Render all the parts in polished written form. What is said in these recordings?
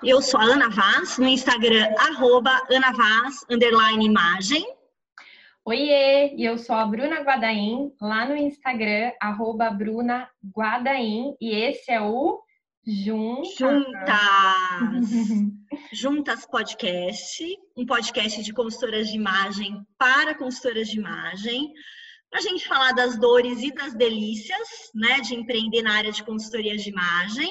eu sou a Ana Vaz, no Instagram, @AnaVaz_imagem. Oiê, e eu sou a Bruna Guadaim, lá no Instagram, @BrunaGuadaim, e esse é o Juntas. Juntas Podcast, um podcast de consultoras de imagem para consultoras de imagem, para a gente falar das dores e das delícias, né, de empreender na área de consultoria de imagem.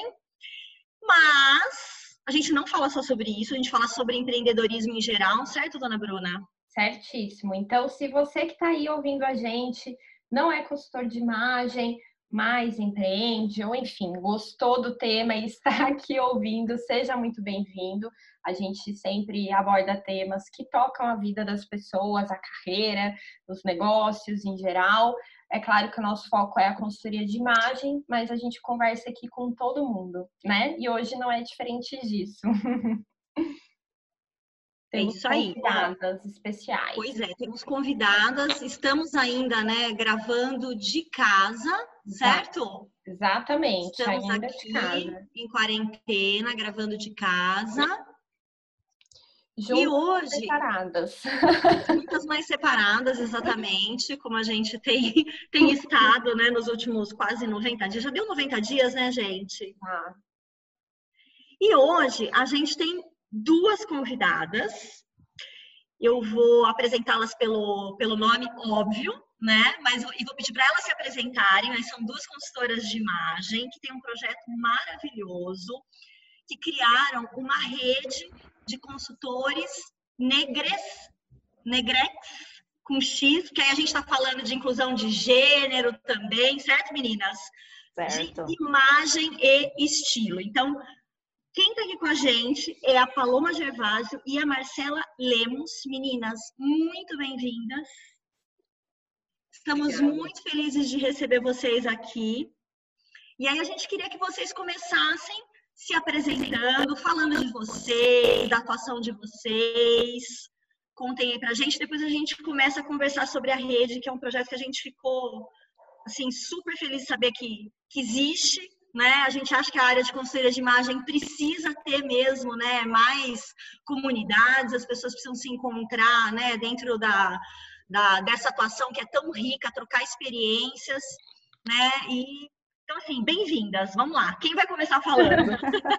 Mas a gente não fala só sobre isso, a gente fala sobre empreendedorismo em geral, certo, dona Bruna? Certíssimo. Então, se você que está aí ouvindo a gente não é consultor de imagem, mas empreende, ou enfim, gostou do tema e está aqui ouvindo, seja muito bem-vindo. A gente sempre aborda temas que tocam a vida das pessoas, a carreira, os negócios em geral. É claro que o nosso foco é a consultoria de imagem, mas a gente conversa aqui com todo mundo, né? E hoje não é diferente disso. Temos isso aí. Convidadas especiais. Pois é, temos convidadas, estamos ainda, né, gravando de casa, certo? Exatamente, Estamos ainda aqui de casa. em quarentena, gravando de casa. Juntas, e hoje, separadas. Juntas, mais separadas, exatamente, como a gente tem estado, né, nos últimos quase 90 dias. Já deu 90 dias, né, gente? Ah. E hoje a gente tem duas convidadas. Eu vou apresentá-las pelo nome óbvio, né? Mas e vou pedir para elas se apresentarem. Né? São duas consultoras de imagem que têm um projeto maravilhoso, que criaram uma rede de consultores negrex com X, que aí a gente está falando de inclusão de gênero também, certo, meninas? Certo. De imagem e estilo. Então, quem está aqui com a gente é a Paloma Gervásio e a Marcela Lemos. Meninas, muito bem-vindas. Estamos muito felizes de receber vocês aqui. E aí a gente queria que vocês começassem se apresentando, falando de vocês, da atuação de vocês. Contem aí pra gente, depois a gente começa a conversar sobre a rede, que é um projeto que a gente ficou assim, super feliz de saber que existe. Né? A gente acha que a área de consultoria de imagem precisa ter mesmo, né, mais comunidades, as pessoas precisam se encontrar, né, dentro dessa atuação que é tão rica, trocar experiências, né? E então, assim, bem-vindas. Vamos lá. Quem vai começar falando?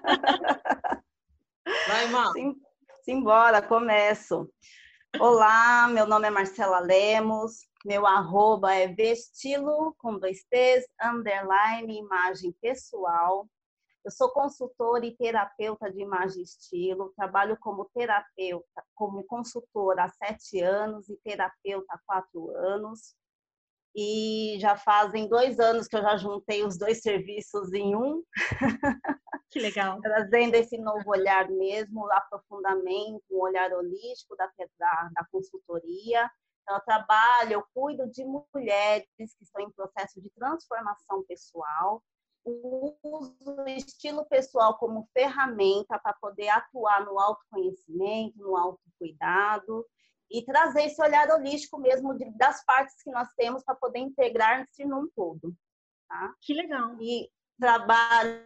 Vai, Má. Simbora, começo. Olá, meu nome é Marcela Lemos. Meu @é vestilo, com 2 T's, _ imagem pessoal. Eu sou consultora e terapeuta de imagem e estilo. Trabalho como terapeuta, como consultora há 7 anos e terapeuta há 4 anos. E já fazem 2 anos que eu já juntei os 2 serviços em um. Que legal. Trazendo esse novo olhar mesmo, aprofundamento, um olhar holístico da consultoria. Então, eu cuido de mulheres que estão em processo de transformação pessoal, uso o estilo pessoal como ferramenta para poder atuar no autoconhecimento, no autocuidado e trazer esse olhar holístico mesmo das partes que nós temos para poder integrar-se num todo. Tá? Que legal. E trabalho,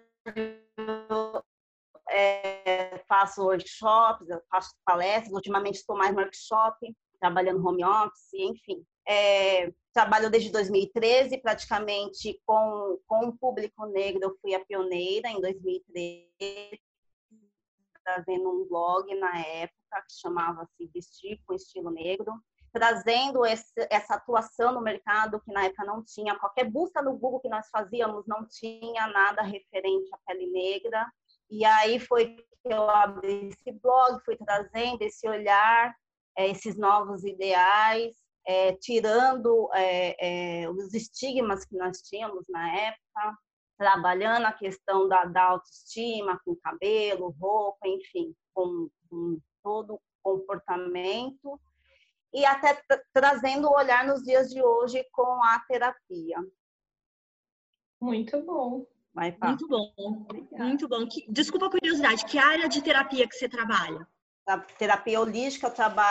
faço workshops, faço palestras, ultimamente estou mais no workshop, trabalhando home office, enfim. Trabalho desde 2013, praticamente com o público negro. Eu fui a pioneira em 2013, trazendo um blog na época que chamava-se Vestir com Estilo Negro, trazendo essa atuação no mercado que na época não tinha. Qualquer busca no Google que nós fazíamos não tinha nada referente à pele negra. E aí foi que eu abri esse blog, fui trazendo esse olhar, esses novos ideais, tirando os estigmas que nós tínhamos na época, trabalhando a questão da autoestima, com cabelo, roupa, enfim, com todo o comportamento, e até trazendo o olhar nos dias de hoje com a terapia. Muito bom. Muito bom. Obrigada. Muito bom. Desculpa a curiosidade, que área de terapia que você trabalha? A terapia holística,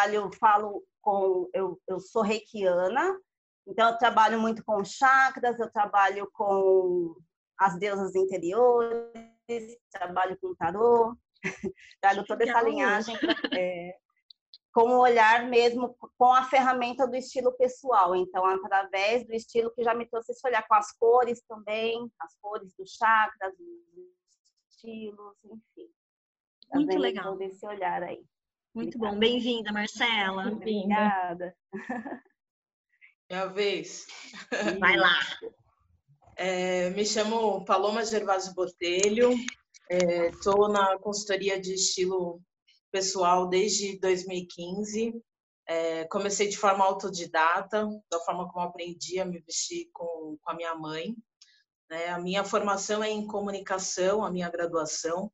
eu sou reikiana, então eu trabalho muito com chakras, eu trabalho com as deusas interiores, trabalho com tarô, Trago toda essa linhagem com o olhar mesmo, com a ferramenta do estilo pessoal. Então, através do estilo que já me trouxe esse olhar com as cores também, as cores dos chakras, dos estilos, enfim. Muito legal. Todo esse olhar aí. Muito bom. Bem-vinda, Marcela. Obrigada. Minha vez. Vai lá. Me chamo Paloma Gervásio Botelho. Estou na consultoria de estilo pessoal desde 2015. Comecei de forma autodidata, da forma como aprendi a me vestir com a minha mãe. A minha formação é em comunicação, a minha graduação,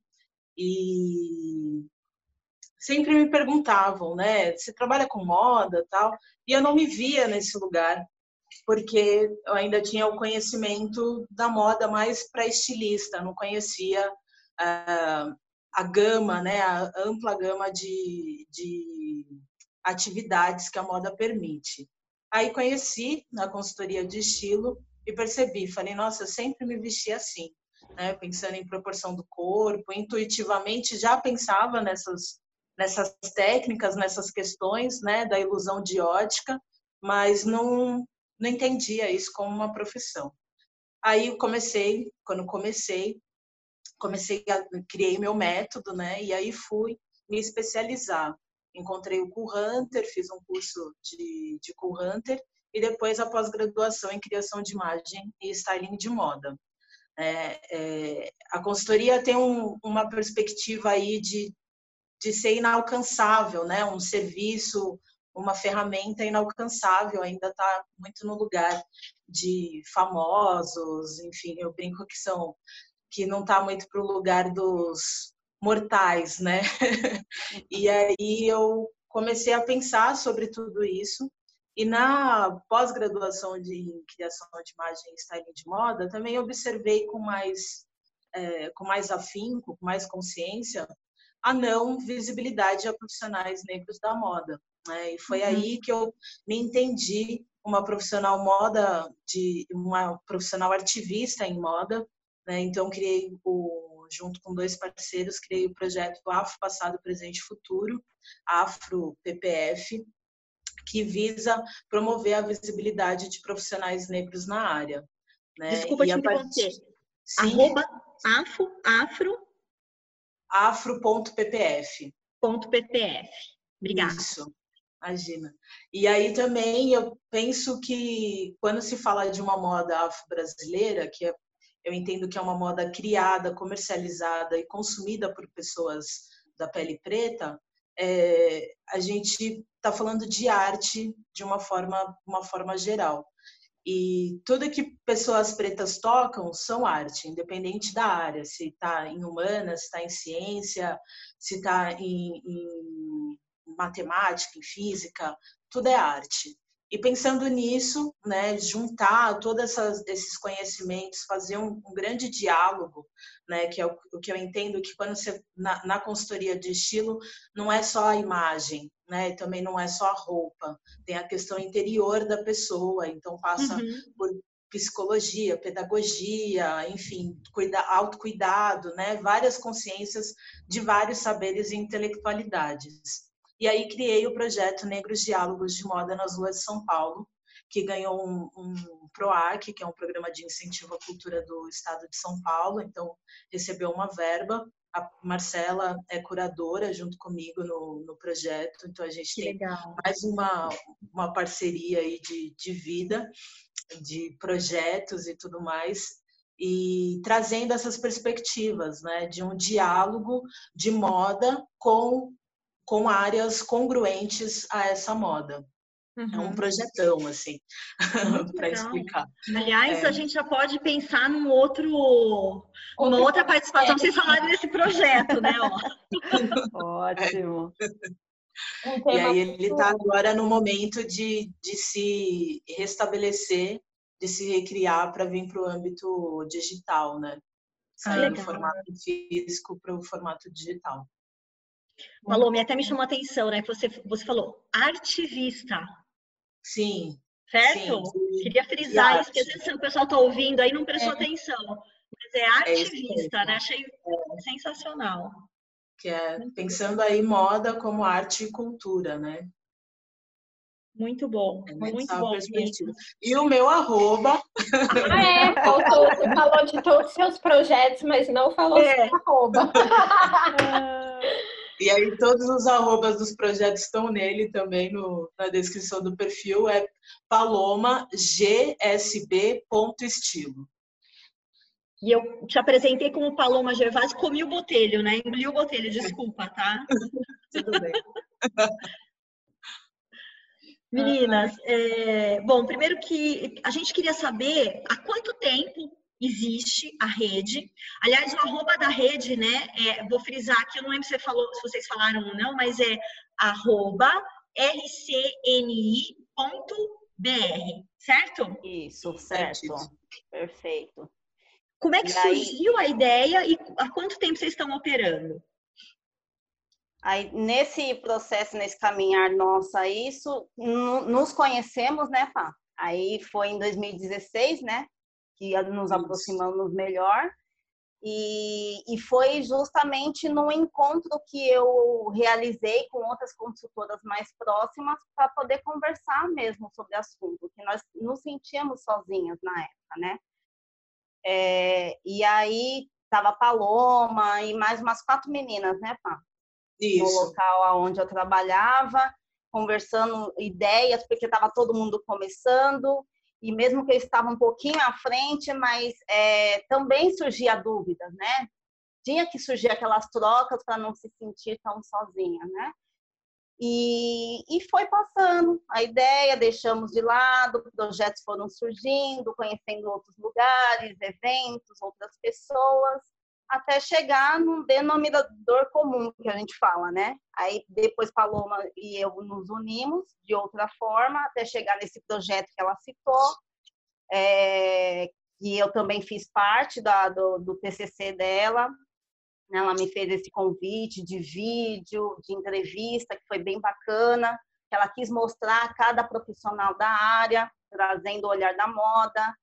e sempre me perguntavam, né, você trabalha com moda, tal, e eu não me via nesse lugar, porque eu ainda tinha o conhecimento da moda mais para estilista, não conhecia a gama, né, a ampla gama de atividades que a moda permite. Aí conheci na consultoria de estilo e percebi, falei, nossa, eu sempre me vesti assim, né, pensando em proporção do corpo, intuitivamente já pensava nessas técnicas, nessas questões, né, da ilusão de ótica, mas não entendia isso como uma profissão. Aí quando comecei, criei meu método, né, e aí fui me especializar. Encontrei o Cool Hunter, fiz um curso de Cool Hunter e depois a pós-graduação em criação de imagem e styling de moda. A consultoria tem uma perspectiva aí de ser inalcançável, né? Um serviço, uma ferramenta inalcançável, ainda está muito no lugar de famosos, enfim, eu brinco que não está muito para o lugar dos mortais, né? E aí eu comecei a pensar sobre tudo isso, e na pós-graduação de criação de imagem e styling de moda, também observei com mais afinco, com mais consciência, a não visibilidade a profissionais negros da moda, né? E foi aí que eu me entendi uma profissional uma profissional ativista em moda, né? Então criei junto com 2 parceiros, criei o projeto Afro Passado, Presente e Futuro, Afro PPF, que visa promover a visibilidade de profissionais negros na área, né? Desculpa te interromper. Afro.ppf. Obrigada. Isso, imagina. E aí também eu penso que quando se fala de uma moda afro-brasileira, eu entendo que é uma moda criada, comercializada e consumida por pessoas da pele preta, a gente está falando de arte de uma forma geral. E tudo que pessoas pretas tocam são arte, independente da área, se está em humanas, se está em ciência, se está em matemática, em física, tudo é arte. E pensando nisso, né, juntar todos esses conhecimentos, fazer um grande diálogo, né, que é o que eu entendo que quando você, na consultoria de estilo, não é só a imagem, né, também não é só a roupa, tem a questão interior da pessoa, então passa por psicologia, pedagogia, enfim, autocuidado, né, várias consciências de vários saberes e intelectualidades. E aí criei o projeto Negros Diálogos de Moda nas Ruas de São Paulo, que ganhou um PROAC, que é um programa de incentivo à cultura do estado de São Paulo, então recebeu uma verba. A Marcela é curadora junto comigo no projeto, então a gente tem mais uma parceria aí de vida, de projetos e tudo mais, e trazendo essas perspectivas, né, de um diálogo de moda com áreas congruentes a essa moda. É um projetão, assim, para explicar. Aliás, a gente já pode pensar numa outra participação, vocês falarem desse projeto, né? Ótimo. E aí ele está agora no momento de se restabelecer, de se recriar para vir para o âmbito digital, né? Sair do formato físico para o formato digital. Paloma, até me chamou a atenção, né? Você falou artivista. Sim. Certo? Sim. Queria frisar isso, porque às vezes o pessoal está ouvindo aí não prestou atenção. Mas é ativista, né? Achei sensacional. que é pensando aí moda como arte e cultura, né? Muito bom, É muito nessa bom perspectiva. mesmo. E o meu arroba, Faltou, você falou de todos os seus projetos, mas não falou seu arroba. e aí todos os arrobas dos projetos estão nele também na descrição do perfil, é palomagsb.estilo. E eu te apresentei como Paloma Gervásio, comi o botelho, né? Engoli o botelho, desculpa, tá? Tudo bem. Meninas, bom, primeiro que a gente queria saber há quanto tempo existe a rede. Aliás, o arroba da rede, né? Vou frisar aqui, eu não lembro se vocês falaram ou não, mas é arroba rcni.br, certo? Isso, certo. Perfeito. Como é que surgiu a ideia e há quanto tempo vocês estão operando? Aí, nesse processo, nesse caminhar nosso, isso, nos conhecemos, né, Pá? Aí foi em 2016, né, que nos aproximamos melhor. E foi justamente no encontro que eu realizei com outras consultoras mais próximas para poder conversar mesmo sobre o assunto, que nós nos sentíamos sozinhas na época, né? E aí estava a Paloma e mais umas 4 meninas, né, Pá? No local onde eu trabalhava, conversando ideias, porque estava todo mundo começando, e mesmo que eu estava um pouquinho à frente, mas também surgia dúvidas, né? Tinha que surgir aquelas trocas para não se sentir tão sozinha, né? E foi passando a ideia, deixamos de lado, projetos foram surgindo, conhecendo outros lugares, eventos, outras pessoas, até chegar num denominador comum, que a gente fala, né? Aí depois Paloma e eu nos unimos de outra forma, até chegar nesse projeto que ela citou, que eu também fiz parte do TCC dela. Ela me fez esse convite de vídeo, de entrevista, que foi bem bacana. Ela quis mostrar cada profissional da área, trazendo o olhar da moda.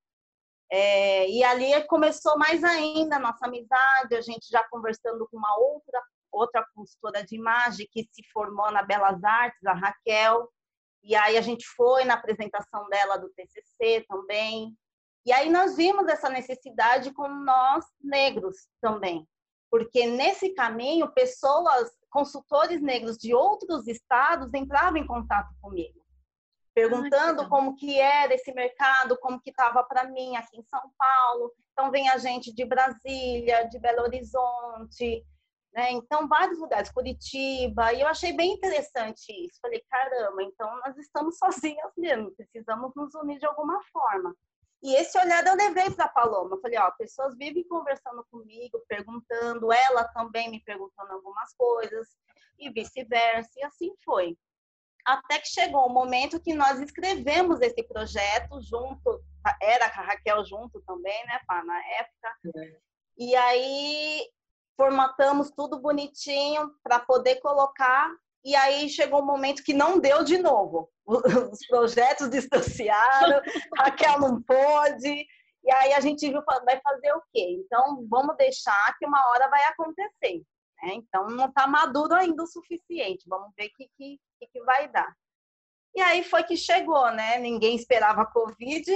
E ali começou mais ainda a nossa amizade, a gente já conversando com uma outra consultora de imagem que se formou na Belas Artes, a Raquel. E aí a gente foi na apresentação dela do TCC também. E aí nós vimos essa necessidade com nós negros também. Porque nesse caminho, consultores negros de outros estados entravam em contato comigo, perguntando como que era esse mercado, como que estava para mim aqui em São Paulo. Então, vem a gente de Brasília, de Belo Horizonte, né? Então, vários lugares, Curitiba, e eu achei bem interessante isso. Falei, caramba, então nós estamos sozinhas mesmo, precisamos nos unir de alguma forma. E esse olhar eu levei para a Paloma. Eu falei, pessoas vivem conversando comigo, perguntando, ela também me perguntando algumas coisas, e vice-versa, e assim foi. Até que chegou o momento que nós escrevemos esse projeto junto, era a Raquel junto também, né, Pá, na época. E aí formatamos tudo bonitinho para poder colocar. E aí chegou um momento que não deu de novo. Os projetos distanciaram, Raquel não pôde. E aí a gente viu, vai fazer o quê? Então, vamos deixar que uma hora vai acontecer. Né? Então, não está maduro ainda o suficiente. Vamos ver o que vai dar. E aí foi que chegou, né? Ninguém esperava a Covid,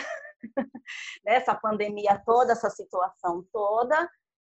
essa pandemia toda, essa situação toda.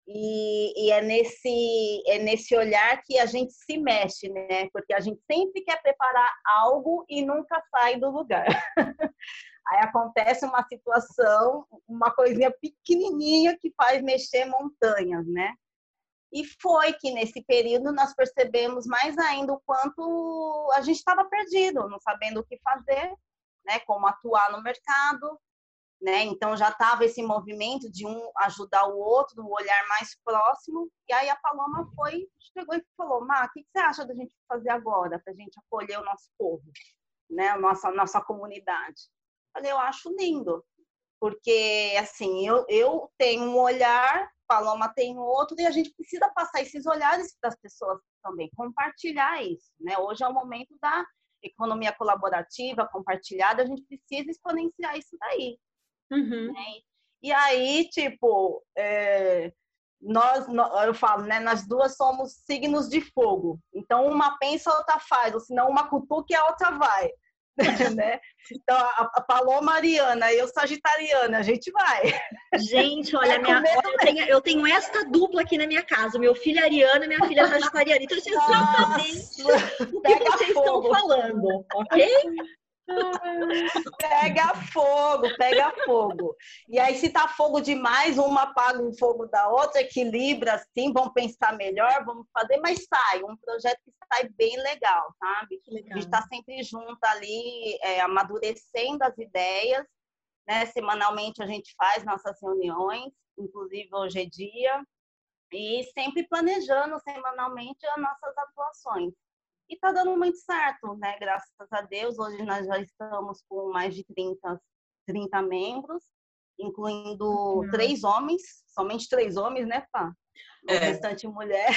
E é nesse olhar que a gente se mexe, né? Porque a gente sempre quer preparar algo e nunca sai do lugar. Aí acontece uma situação, uma coisinha pequenininha que faz mexer montanhas, né? E foi que nesse período nós percebemos mais ainda o quanto a gente estava perdido, não sabendo o que fazer, né? Como atuar no mercado. Né? Então já estava esse movimento de um ajudar o outro, o olhar mais próximo. E aí a Paloma chegou e falou: Má, o que você acha da gente fazer agora para a gente acolher o nosso povo, né? A nossa comunidade? Eu falei: eu acho lindo, porque assim eu tenho um olhar, Paloma tem outro, e a gente precisa passar esses olhares para as pessoas também, compartilhar isso, né? Hoje é o momento da economia colaborativa compartilhada, a gente precisa exponenciar isso daí. Uhum. E aí, tipo, eu falo, né? Nós duas somos signos de fogo. Então, uma pensa, a outra faz. Ou senão, uma cutuca e a outra vai. Né? Então, a Paloma ariana e eu sagitariana, a gente vai. Gente, olha, eu tenho esta dupla aqui na minha casa. Meu filho é ariano e minha filha é sagitariana. Então, isso é exatamente o que vocês estão falando, ok? Pega fogo, pega fogo. E aí, se tá fogo demais, uma apaga o fogo da outra, equilibra assim, vamos pensar melhor, vamos fazer, mas sai, um projeto que sai bem legal, sabe? Legal. A gente tá sempre junto ali, amadurecendo as ideias, né? Semanalmente a gente faz nossas reuniões, inclusive hoje é dia, e sempre planejando semanalmente as nossas atuações. E está dando muito certo, né? Graças a Deus. Hoje nós já estamos com mais de 30 membros, incluindo 3 homens, somente 3 homens, né, Pá? O restante mulher.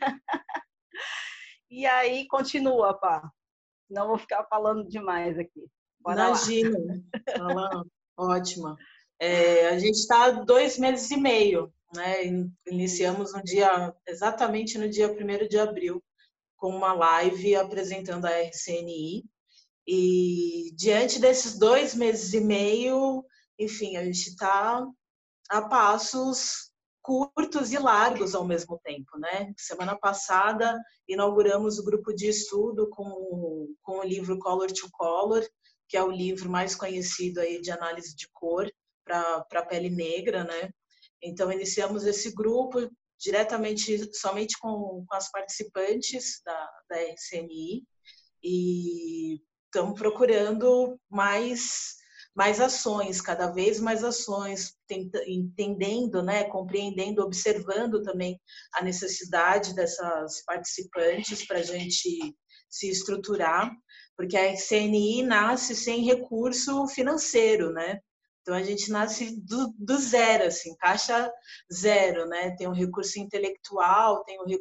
E aí continua, Pá. Não vou ficar falando demais aqui. Imagina. Ótima. A gente está há 2 meses e meio, né? Iniciamos exatamente no dia 1º de abril, com uma live apresentando a RCNI. E diante desses 2 meses e meio, enfim, a gente está a passos curtos e largos ao mesmo tempo, né? Semana passada inauguramos o grupo de estudo com o livro Color to Color, que é o livro mais conhecido aí de análise de cor para a pele negra, né? Então iniciamos esse grupo somente com as participantes da RCNI, e estamos procurando mais ações, cada vez mais ações, entendendo, né, compreendendo, observando também a necessidade dessas participantes para a gente se estruturar, porque a RCNI nasce sem recurso financeiro, né? Então, a gente nasce do zero, assim, caixa zero, né? Tem o recurso intelectual, tem o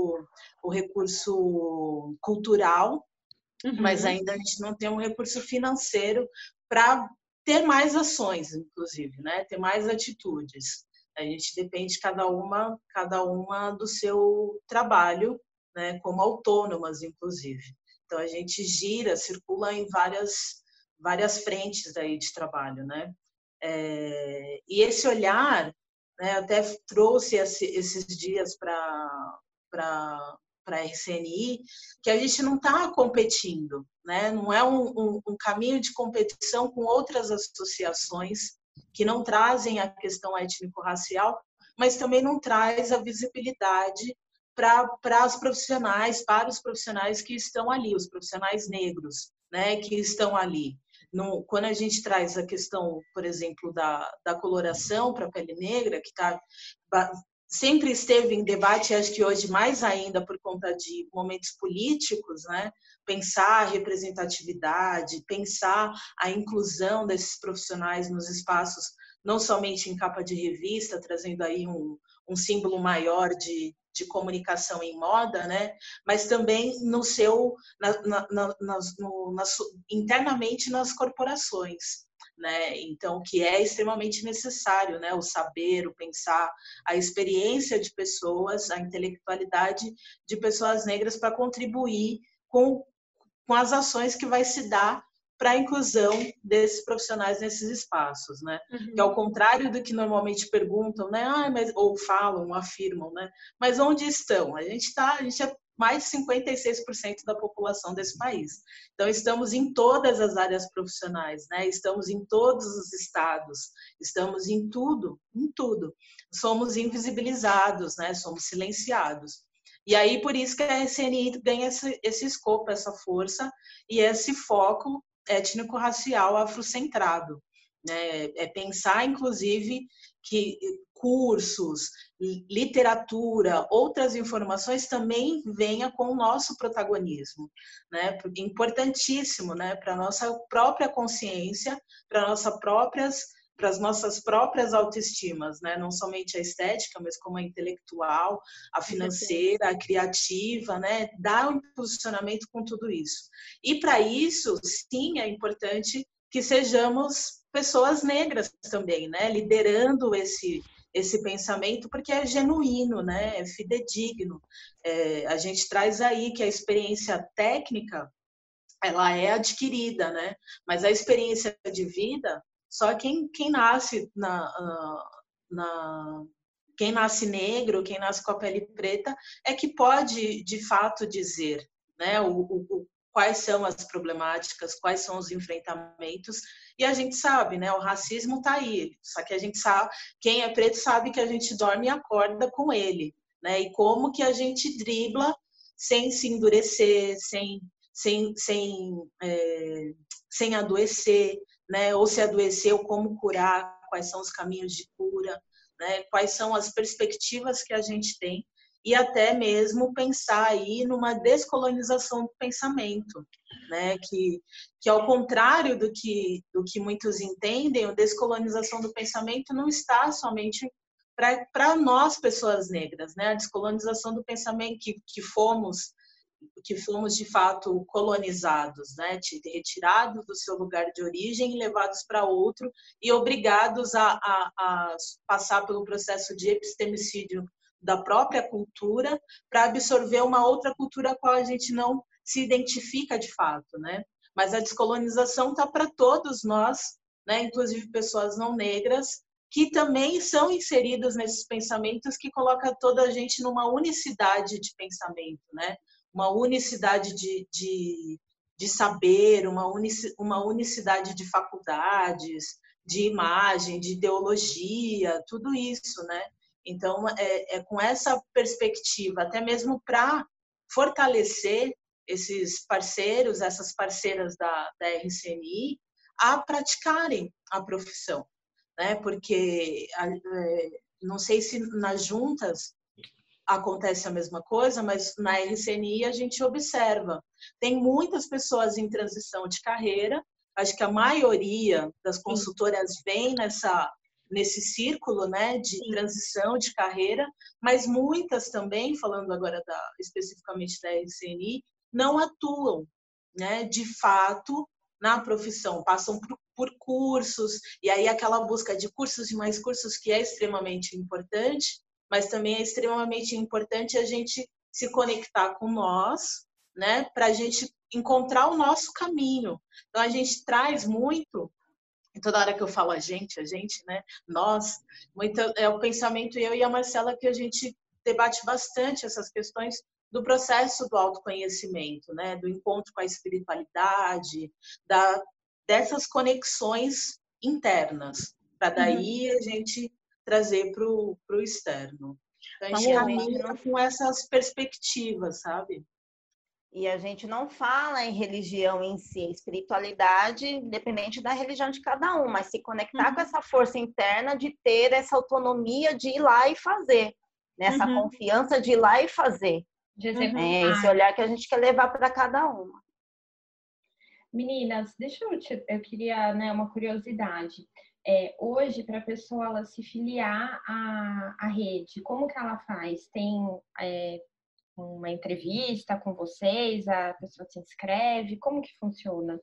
recurso cultural, mas ainda a gente não tem um recurso financeiro para ter mais ações, inclusive, né? Ter mais atitudes. A gente depende cada uma do seu trabalho, né? Como autônomas, inclusive. Então, a gente circula em várias frentes aí de trabalho, né? E esse olhar, né, até trouxe esses dias para a RCNI, que a gente não está competindo, né? Não é um caminho de competição com outras associações que não trazem a questão étnico-racial, mas também não traz a visibilidade para os profissionais que estão ali, os profissionais negros, né, que estão ali. Quando a gente traz a questão, por exemplo, da coloração para a pele negra, que sempre esteve em debate, acho que hoje mais ainda por conta de momentos políticos, né? Pensar a representatividade, pensar a inclusão desses profissionais nos espaços, não somente em capa de revista, trazendo aí um símbolo maior de comunicação em moda, né? Mas também internamente nas corporações, né? Então, que é extremamente necessário, né? O saber, o pensar, a experiência de pessoas, a intelectualidade de pessoas negras para contribuir com as ações que vai se dar para a inclusão desses profissionais nesses espaços, né? Que ao contrário do que normalmente perguntam, né? Ou falam, ou afirmam, né? Mas onde estão? A gente é mais de 56% da população desse país. Então, estamos em todas as áreas profissionais, né? Estamos em todos os estados, estamos em tudo. Somos invisibilizados, né? Somos silenciados. E aí, por isso que a RCNI ganha esse escopo, essa força e esse foco étnico-racial afrocentrado, né? Pensar, inclusive, que cursos, literatura, outras informações também venha com o nosso protagonismo, né? Porque é importantíssimo, né? Para a nossa própria consciência, para as nossas próprias autoestimas, né? Não somente a estética, mas como a intelectual, a financeira, a criativa, né? Dar um posicionamento com tudo isso. E para isso, sim, é importante que sejamos pessoas negras também, né? Liderando esse esse pensamento, porque é genuíno, né? É fidedigno. A gente traz aí que a experiência técnica, ela é adquirida, né? Mas a experiência de vida, só quem nasce quem nasce negro, quem nasce com a pele preta, é que pode, de fato, dizer, né, quais são as problemáticas, quais são os enfrentamentos, e a gente sabe, né, o racismo está aí, só que a gente sabe, quem é preto sabe que a gente dorme e acorda com ele, né, e como que a gente dribla sem se endurecer, sem adoecer, né, ou se adoeceu, como curar, quais são os caminhos de cura, né, quais são as perspectivas que a gente tem, e até mesmo pensar aí numa descolonização do pensamento, né? Que ao contrário do que muitos entendem, a descolonização do pensamento não está somente para nós, pessoas negras, né? A descolonização do pensamento que fomos de fato colonizados, né? Retirados do seu lugar de origem e levados para outro e obrigados a passar pelo processo de epistemicídio da própria cultura para absorver uma outra cultura a qual a gente não se identifica de fato, né? Mas a descolonização está para todos nós, né? Inclusive pessoas não negras, que também são inseridos nesses pensamentos que coloca toda a gente numa unicidade de pensamento, né? Uma unicidade de saber, uma unicidade de faculdades, de imagem, de ideologia, tudo isso, né? Então, é com essa perspectiva, até mesmo para fortalecer esses parceiros, essas parceiras da RCNI, a praticarem a profissão, né? Porque, não sei se nas juntas acontece a mesma coisa, mas na RCNI a gente observa. Tem muitas pessoas em transição de carreira, acho que a maioria das consultoras vem nesse círculo, né, de transição de carreira, mas muitas também, falando agora especificamente da RCNI, não atuam, né, de fato na profissão, passam por cursos, e aí aquela busca de cursos e mais cursos que é extremamente importante, mas também é extremamente importante a gente se conectar com nós, né, para a gente encontrar o nosso caminho. Então, a gente traz muito, e toda hora que eu falo a gente, né, nós, muito, é o pensamento, eu e a Marcela, que a gente debate bastante essas questões do processo do autoconhecimento, né, do encontro com a espiritualidade, dessas conexões internas, para daí a gente trazer para o externo. Então, a gente caminha com essas perspectivas, sabe? E a gente não fala em religião em si, espiritualidade, independente da religião de cada um, mas se conectar com essa força interna de ter essa autonomia de ir lá e fazer, né? Essa confiança de ir lá e fazer. Esse olhar que a gente quer levar para cada uma. Meninas, eu queria, né, uma curiosidade. Hoje, para a pessoa ela se filiar à rede, como que ela faz? Tem uma entrevista com vocês? A pessoa se inscreve? Como que funciona?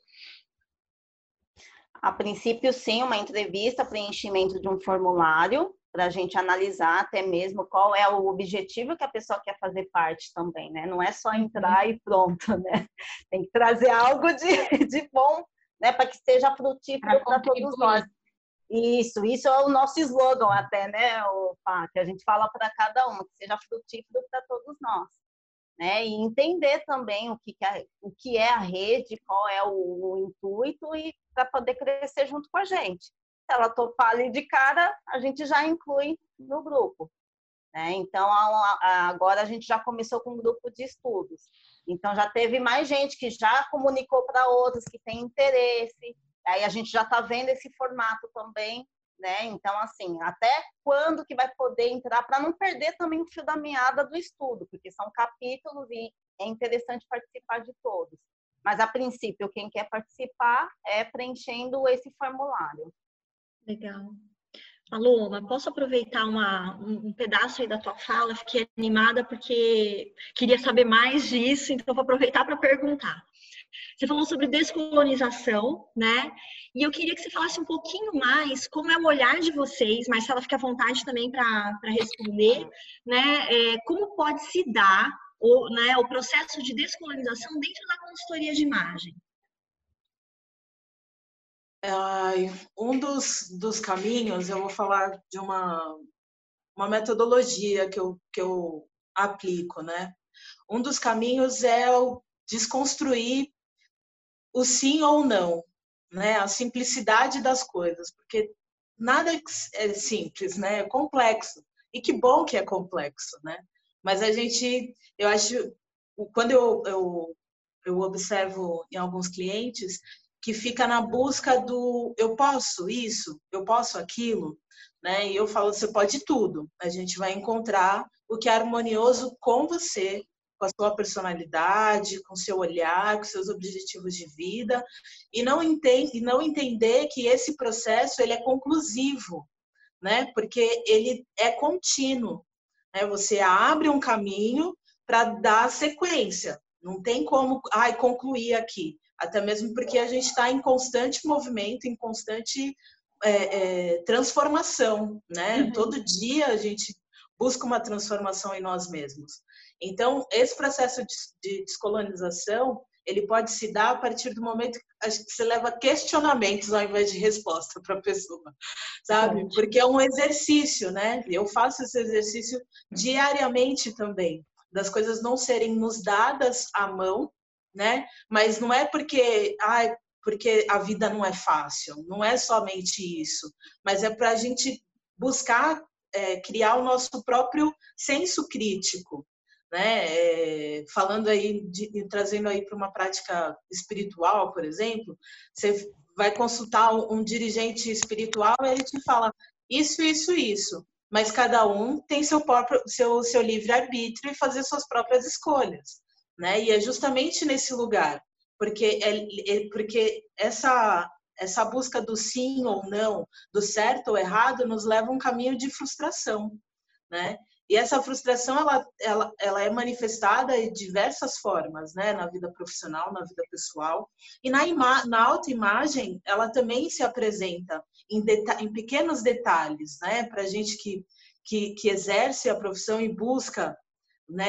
A princípio, sim, uma entrevista, preenchimento de um formulário, para a gente analisar até mesmo qual é o objetivo que a pessoa quer fazer parte também, né? Não é só entrar e pronto, né? Tem que trazer algo de bom, né? Para que seja frutífero para todos nós. Isso é o nosso slogan até, né, que a gente fala para cada uma, que seja frutífero para todos nós, né? E entender também o que é a rede, qual é o intuito e para poder crescer junto com a gente. Se ela topar ali de cara, a gente já inclui no grupo, né? Então, agora a gente já começou com um grupo de estudos. Então, já teve mais gente que já comunicou para outros que tem interesse. Aí a gente já está vendo esse formato também, né? Então, assim, até quando que vai poder entrar para não perder também o fio da meada do estudo, porque são capítulos e é interessante participar de todos. Mas, a princípio, quem quer participar é preenchendo esse formulário. Legal. Paloma, posso aproveitar um pedaço aí da tua fala? Fiquei animada porque queria saber mais disso, então vou aproveitar para perguntar. Você falou sobre descolonização, né? E eu queria que você falasse um pouquinho mais como é o olhar de vocês, Marcela, fica à vontade também para responder, né? Como pode se dar o processo de descolonização dentro da consultoria de imagem? Um dos caminhos, eu vou falar de uma metodologia que eu aplico, né? Um dos caminhos é o desconstruir o sim ou não, né? A simplicidade das coisas, porque nada é simples, né? É complexo. E que bom que é complexo, né? Mas eu acho, quando eu observo em alguns clientes que fica na busca do eu posso isso, eu posso aquilo, né? E eu falo, você pode tudo. A gente vai encontrar o que é harmonioso com você, com a sua personalidade, com o seu olhar, com seus objetivos de vida, e não entender que esse processo ele é conclusivo, né? Porque ele é contínuo, né? Você abre um caminho para dar sequência. Não tem como concluir aqui. Até mesmo porque a gente está em constante movimento, em constante transformação, né? Uhum. Todo dia a gente busca uma transformação em nós mesmos. Então, esse processo de descolonização, ele pode se dar a partir do momento que você leva questionamentos ao invés de resposta para a pessoa, sabe? Porque é um exercício, né? Eu faço esse exercício diariamente também, das coisas não serem nos dadas à mão, né? Mas não é porque a vida não é fácil, não é somente isso, mas é para a gente buscar criar o nosso próprio senso crítico, né? Falando aí, trazendo aí para uma prática espiritual, por exemplo, você vai consultar um dirigente espiritual e ele te fala isso, mas cada um tem seu livre-arbítrio e fazer suas próprias escolhas, né? E é justamente nesse lugar, porque essa busca do sim ou não, do certo ou errado, nos leva a um caminho de frustração, né? E essa frustração, ela é manifestada de diversas formas, né? Na vida profissional, na vida pessoal. E na autoimagem, ela também se apresenta em pequenos detalhes, né? Para a gente que exerce a profissão e busca, né,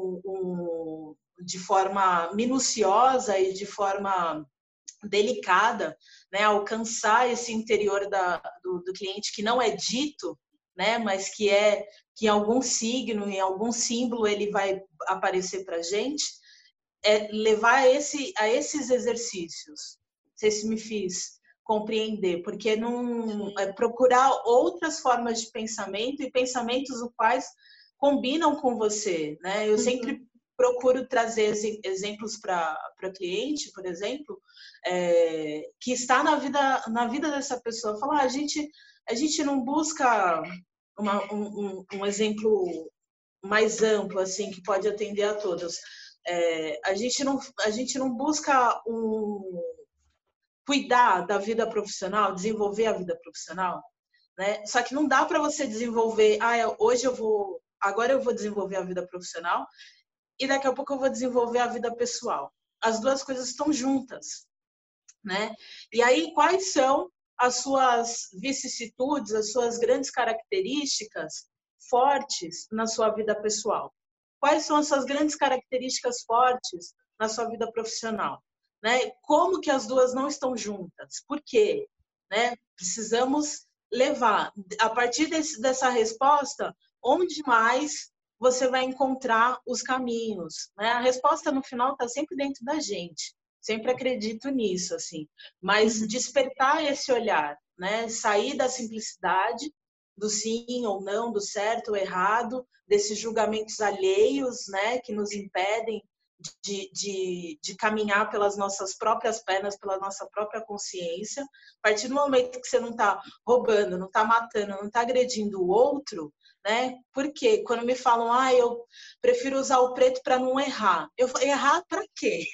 de forma minuciosa e de forma delicada, né, alcançar esse interior do cliente que não é dito, né, mas que em algum signo, em algum símbolo ele vai aparecer para a gente, levar a esses exercícios. Não sei se me fiz compreender, porque não procurar outras formas de pensamento e pensamentos os quais combinam com você, né? Eu sempre procuro trazer exemplos para cliente, por exemplo, que está na vida dessa pessoa. Falar, a gente não busca um exemplo mais amplo, assim, que pode atender a todos. A gente não busca cuidar da vida profissional, desenvolver a vida profissional, né? Só que não dá para você desenvolver, agora eu vou desenvolver a vida profissional e daqui a pouco eu vou desenvolver a vida pessoal. As duas coisas estão juntas, né? E aí, quais são as suas vicissitudes, as suas grandes características fortes na sua vida pessoal? Quais são as suas grandes características fortes na sua vida profissional? Né? Como que as duas não estão juntas? Por quê? Né? Precisamos levar, a partir dessa resposta, onde mais você vai encontrar os caminhos, né? A resposta no final está sempre dentro da gente. Sempre acredito nisso, assim. Mas despertar esse olhar, né? Sair da simplicidade, do sim ou não, do certo ou errado, desses julgamentos alheios, né? Que nos impedem de caminhar pelas nossas próprias pernas, pela nossa própria consciência. A partir do momento que você não está roubando, não está matando, não está agredindo o outro, né? Porque quando me falam, eu prefiro usar o preto para não errar. Eu falo, errar para quê?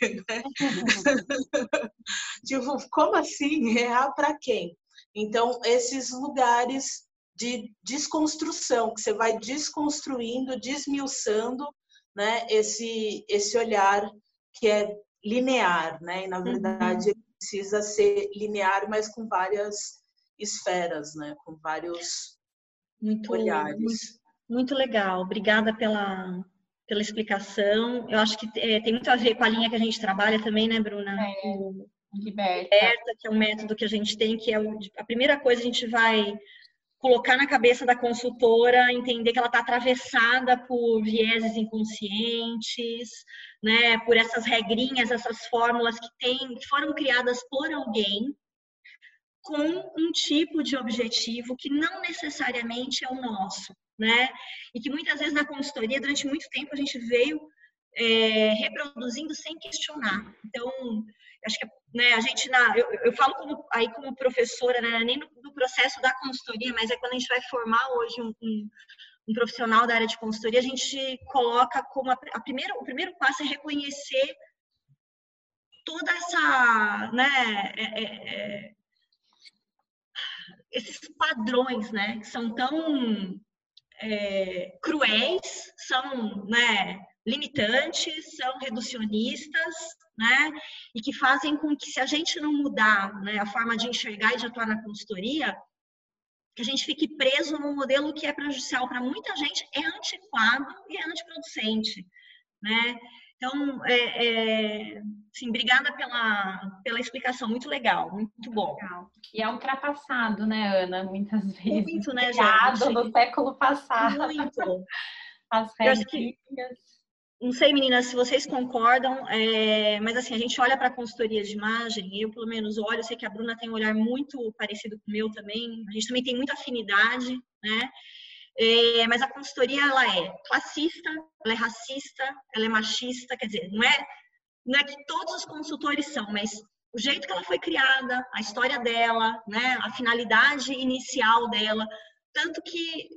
Tipo, como assim? Errar para quem? Então, esses lugares de desconstrução, que você vai desconstruindo, desmiuçando, né? Esse olhar que é linear, né? E, na verdade, ele precisa ser linear, mas com várias esferas, né? Com vários olhares. Muito legal. Obrigada pela explicação. Eu acho que tem muito a ver com a linha que a gente trabalha também, né, Bruna? O Liberta, que é um método que a gente tem, que é a primeira coisa a gente vai colocar na cabeça da consultora, entender que ela está atravessada por vieses inconscientes, né, por essas regrinhas, essas fórmulas que foram criadas por alguém com um tipo de objetivo que não necessariamente é o nosso, né? E que muitas vezes na consultoria, durante muito tempo, a gente veio reproduzindo sem questionar. Então, acho que, né, a gente, eu falo como professora, né, nem no processo da consultoria, mas é quando a gente vai formar hoje um profissional da área de consultoria, a gente coloca como o primeiro passo é reconhecer toda essa, né, esses padrões, né, que são tão cruéis, são, né, limitantes, são reducionistas, né, e que fazem com que, se a gente não mudar, né, a forma de enxergar e de atuar na consultoria, que a gente fique preso num modelo que é prejudicial para muita gente, é antiquado e é antiproducente, né? Então, sim, obrigada pela explicação, muito legal, muito bom. Legal. E é ultrapassado, né, Ana? Muitas vezes. Muito, né, gente? Do século passado. Muito. As regrinhas. Não sei, meninas, se vocês concordam, mas assim, a gente olha para a consultoria de imagem, eu pelo menos olho, eu sei que a Bruna tem um olhar muito parecido com o meu também, a gente também tem muita afinidade, né? Mas a consultoria, ela é classista, ela é racista, ela é machista, quer dizer, não é que todos os consultores são, mas o jeito que ela foi criada, a história dela, né, a finalidade inicial dela, tanto que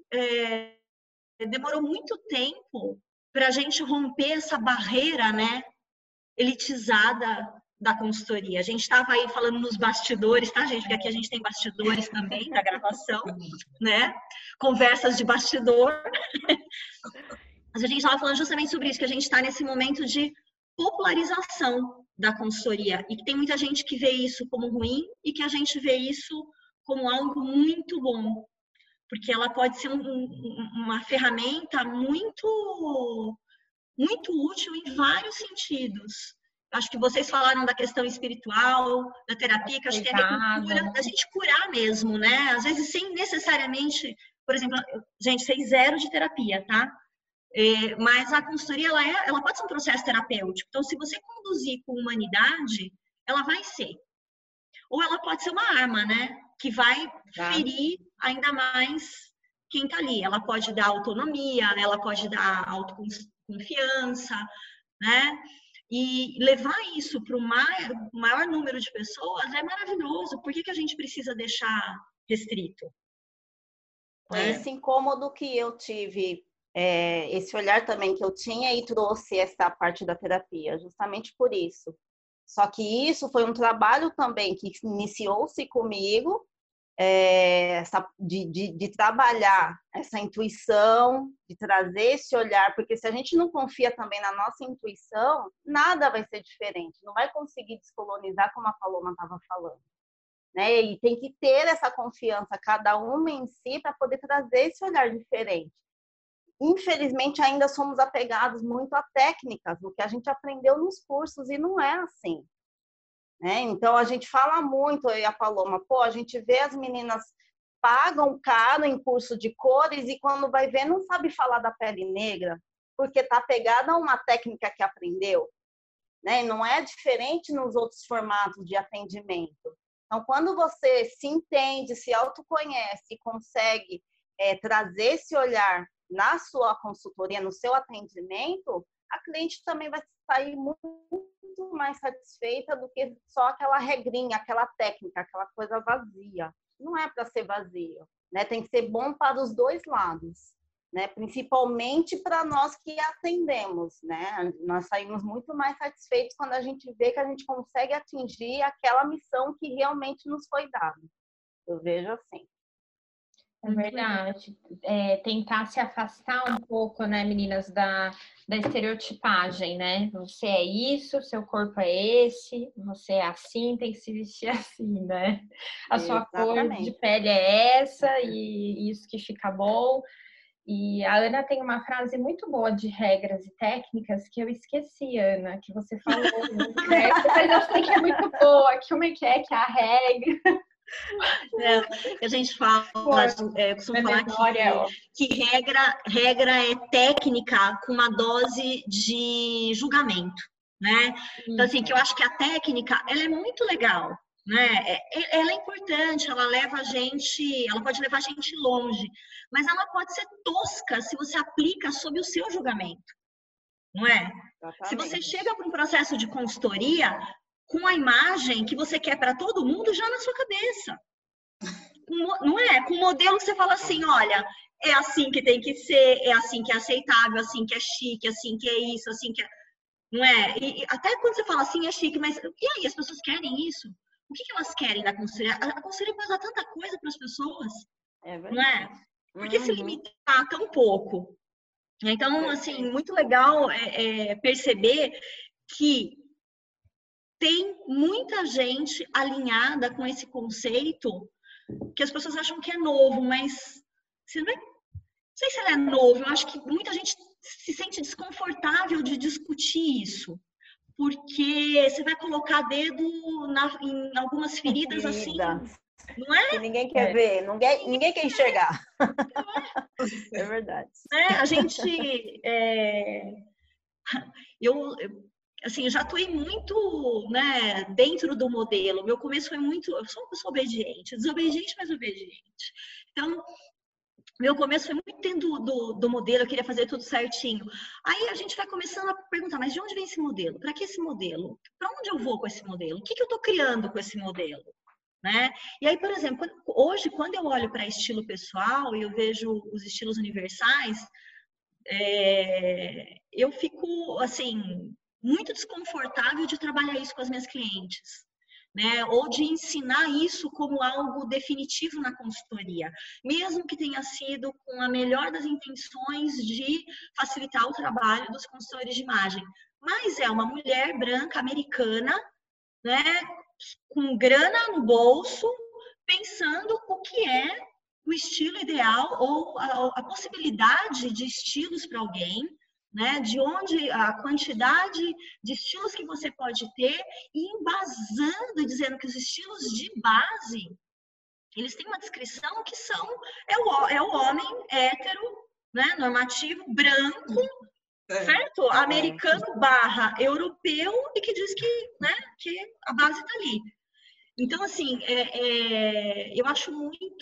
demorou muito tempo para a gente romper essa barreira, né, elitizada da consultoria. A gente estava aí falando nos bastidores, tá, gente? Porque aqui a gente tem bastidores também da gravação, né? Conversas de bastidor. Mas a gente estava falando justamente sobre isso, que a gente está nesse momento de popularização da consultoria e que tem muita gente que vê isso como ruim e que a gente vê isso como algo muito bom, porque ela pode ser uma ferramenta muito, muito útil em vários sentidos. Acho que vocês falaram da questão espiritual, da terapia, que acho que é cura, da gente curar mesmo, né? Às vezes sem necessariamente, por exemplo, gente, fez 0 de terapia, tá? Mas a consultoria, ela pode ser um processo terapêutico. Então, se você conduzir com humanidade, ela vai ser. Ou ela pode ser uma arma, né? Que vai ferir ainda mais quem está ali. Ela pode dar autonomia, ela pode dar autoconfiança, né? E levar isso para o maior número de pessoas é maravilhoso. Por que a gente precisa deixar restrito? Esse incômodo que eu tive, esse olhar também que eu tinha e trouxe essa parte da terapia, justamente por isso. Só que isso foi um trabalho também que iniciou-se comigo, de trabalhar essa intuição, de trazer esse olhar, porque se a gente não confia também na nossa intuição, nada vai ser diferente, não vai conseguir descolonizar como a Paloma estava falando, né? E tem que ter essa confiança, cada uma em si, para poder trazer esse olhar diferente. Infelizmente, ainda somos apegados muito a técnicas, no que a gente aprendeu nos cursos, e não é assim. Né? Então, a gente fala muito, eu e a Paloma, a gente vê as meninas pagam caro em curso de cores e quando vai ver não sabe falar da pele negra, porque está apegada a uma técnica que aprendeu. Né? E não é diferente nos outros formatos de atendimento. Então, quando você se entende, se autoconhece e consegue trazer esse olhar na sua consultoria, no seu atendimento, a cliente também vai sair muito mais satisfeita do que só aquela regrinha, aquela técnica, aquela coisa vazia. Não é para ser vazio, né? Tem que ser bom para os dois lados, né? Principalmente para nós que atendemos, né? Nós saímos muito mais satisfeitos quando a gente vê que a gente consegue atingir aquela missão que realmente nos foi dada. Eu vejo assim. É verdade. Tentar se afastar um pouco, né, meninas, da estereotipagem, né? Você é isso, seu corpo é esse, você é assim, tem que se vestir assim, né? A sua cor de Exatamente. pele é essa e isso que fica bom. E a Ana tem uma frase muito boa de regras e técnicas que eu esqueci, Ana, que você falou, né? Mas eu sei que é muito boa. Como é que é a regra? A gente fala, eu costumo falar que regra é técnica com uma dose de julgamento, né? Então, assim, que eu acho que a técnica, ela é muito legal, né? Ela é importante, ela leva a gente, ela pode levar a gente longe, mas ela pode ser tosca se você aplica sob o seu julgamento, não é? Exatamente. Se você chega para um processo de consultoria com a imagem que você quer para todo mundo já na sua cabeça, não é? Com o modelo você fala assim, olha, é assim que tem que ser, é assim que é aceitável, assim que é chique, assim que é isso, assim que é... Não é? E até quando você fala assim é chique, mas e aí, as pessoas querem isso? O que elas querem da consultoria? A consultoria pode dar tanta coisa para as pessoas, não é? Por que se limitar tão pouco? Então, assim, muito legal perceber que tem muita gente alinhada com esse conceito que as pessoas acham que é novo, mas não sei se ele é novo. Eu acho que muita gente se sente desconfortável de discutir isso, porque você vai colocar dedo em algumas feridas assim, não é? Que ninguém quer ver, ninguém quer enxergar. É verdade. A gente, eu já atuei muito, né, dentro do modelo. Meu começo foi muito, eu sou uma pessoa obediente, desobediente, mas obediente. Então, meu começo foi muito dentro do modelo, eu queria fazer tudo certinho. Aí a gente vai começando a perguntar, mas de onde vem esse modelo? Para que esse modelo? Para onde eu vou com esse modelo? O que eu estou criando com esse modelo? Né? E aí, por exemplo, hoje, quando eu olho para estilo pessoal e eu vejo os estilos universais, eu fico, assim, muito desconfortável de trabalhar isso com as minhas clientes. Né? Ou de ensinar isso como algo definitivo na consultoria, mesmo que tenha sido com a melhor das intenções de facilitar o trabalho dos consultores de imagem. Mas é uma mulher branca, americana, né, com grana no bolso, pensando o que é o estilo ideal ou a possibilidade de estilos para alguém, né? De onde a quantidade de estilos que você pode ter e embasando, dizendo que os estilos de base, eles têm uma descrição que é o homem hétero, né? Normativo, branco, certo? Americano / europeu e que diz que, né, que a base está ali. Então, assim, eu acho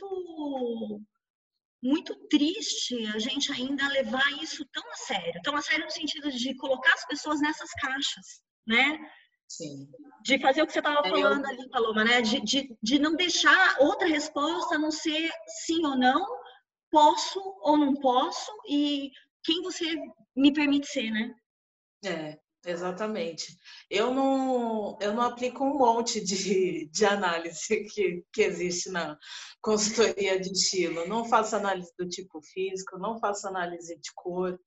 muito triste a gente ainda levar isso tão a sério no sentido de colocar as pessoas nessas caixas, né? Sim. De fazer o que você estava falando ali, Paloma, né? De não deixar outra resposta a não ser sim ou não, posso ou não posso, e quem você me permite ser, né? Exatamente. Eu não aplico um monte de análise que existe na consultoria de estilo. Não faço análise do tipo físico, não faço análise de cor,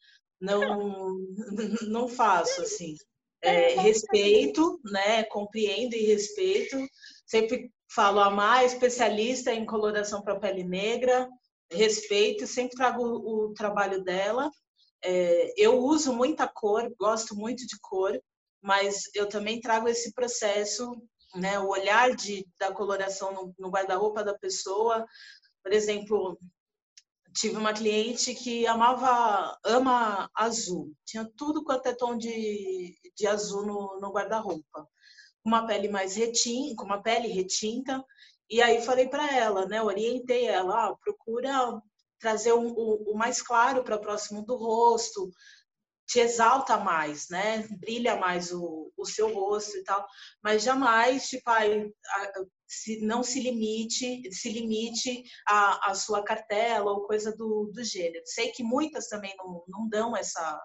não faço, assim. Respeito, né? Compreendo e respeito. Sempre falo a mais especialista em coloração para pele negra, respeito, sempre trago o trabalho dela. Eu uso muita cor, gosto muito de cor, mas eu também trago esse processo, né, o olhar da coloração no guarda-roupa da pessoa. Por exemplo, tive uma cliente que ama azul, tinha tudo quanto é tom de azul no guarda-roupa, uma pele mais retinta, com uma pele retinta, e aí falei para ela, né, orientei ela, procura trazer o mais claro para próximo do rosto, te exalta mais, né? Brilha mais o seu rosto e tal, mas jamais, tipo, não se limite à sua cartela ou coisa do gênero. Sei que muitas também não dão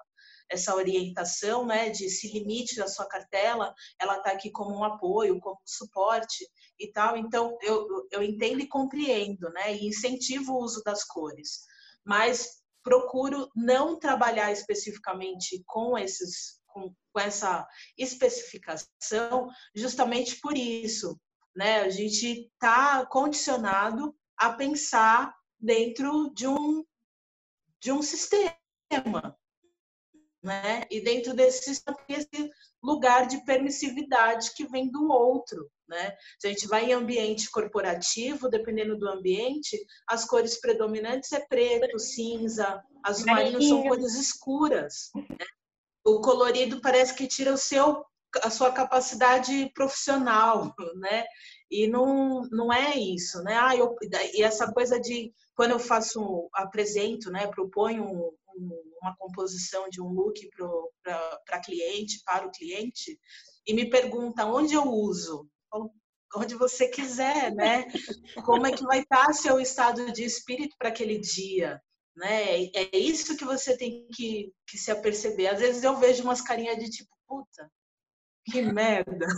essa orientação, né, de se limite a sua cartela, ela está aqui como um apoio, como um suporte e tal. Então, eu entendo e compreendo, né, e incentivo o uso das cores, mas procuro não trabalhar especificamente com essa especificação, justamente por isso, né? A gente está condicionado a pensar dentro de um sistema, né? E dentro desse lugar de permissividade que vem do outro, né? Se a gente vai em ambiente corporativo, dependendo do ambiente, as cores predominantes é preto, cinza, azul marinho, são cores escuras, né? O colorido parece que tira a sua capacidade profissional, né? E não é isso, né? E essa coisa de, quando eu apresento, né? Proponho uma composição de um look para cliente, para o cliente, e me pergunta onde eu uso. Onde você quiser, né? Como é que vai estar seu estado de espírito para aquele dia? Né? É isso que você tem que se aperceber. Às vezes eu vejo umas carinhas de tipo, puta, que merda.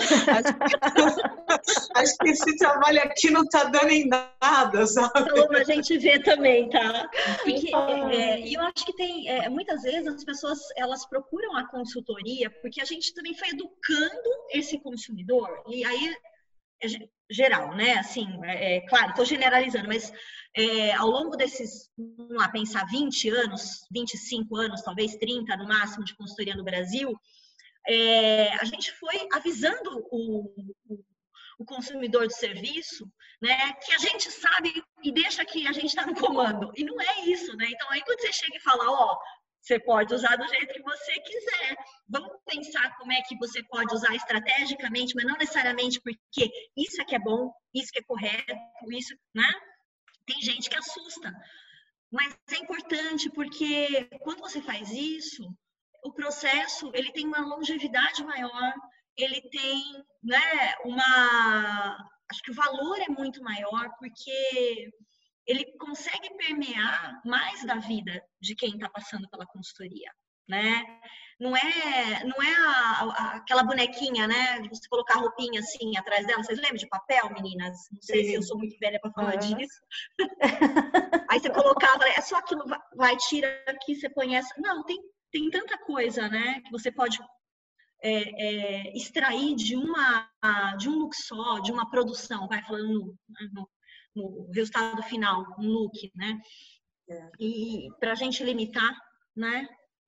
Acho que esse trabalho aqui não tá dando em nada, sabe? Então, a gente vê também, tá? Porque eu acho que tem, muitas vezes as pessoas, elas procuram a consultoria porque a gente também foi educando esse consumidor, e aí geral, né? Assim, claro, estou generalizando, mas ao longo desses, vamos lá, pensar 20 anos, 25 anos, talvez 30 no máximo de consultoria no Brasil, a gente foi avisando o consumidor do serviço, né, que a gente sabe e deixa que a gente está no comando. E não é isso, né? Então, aí quando você chega e fala, ó, você pode usar do jeito que você quiser. Vamos pensar como é que você pode usar estrategicamente, mas não necessariamente porque isso é que é bom, isso que é correto, isso, né? Tem gente que assusta. Mas é importante porque quando você faz isso, o processo, ele tem uma longevidade maior, ele tem, né, acho que o valor é muito maior porque ele consegue permear mais da vida de quem está passando pela consultoria, né? Não é aquela bonequinha, né? De você colocar a roupinha assim atrás dela. Vocês lembram de papel, meninas? Não sei se eu sou muito velha para falar disso. Aí você colocava, é só aquilo, vai, tira aqui, você põe essa. Não, tem tanta coisa, né? Que você pode extrair de um look só, de uma produção, vai falando no resultado final, no look, né? E para a gente limitar, né?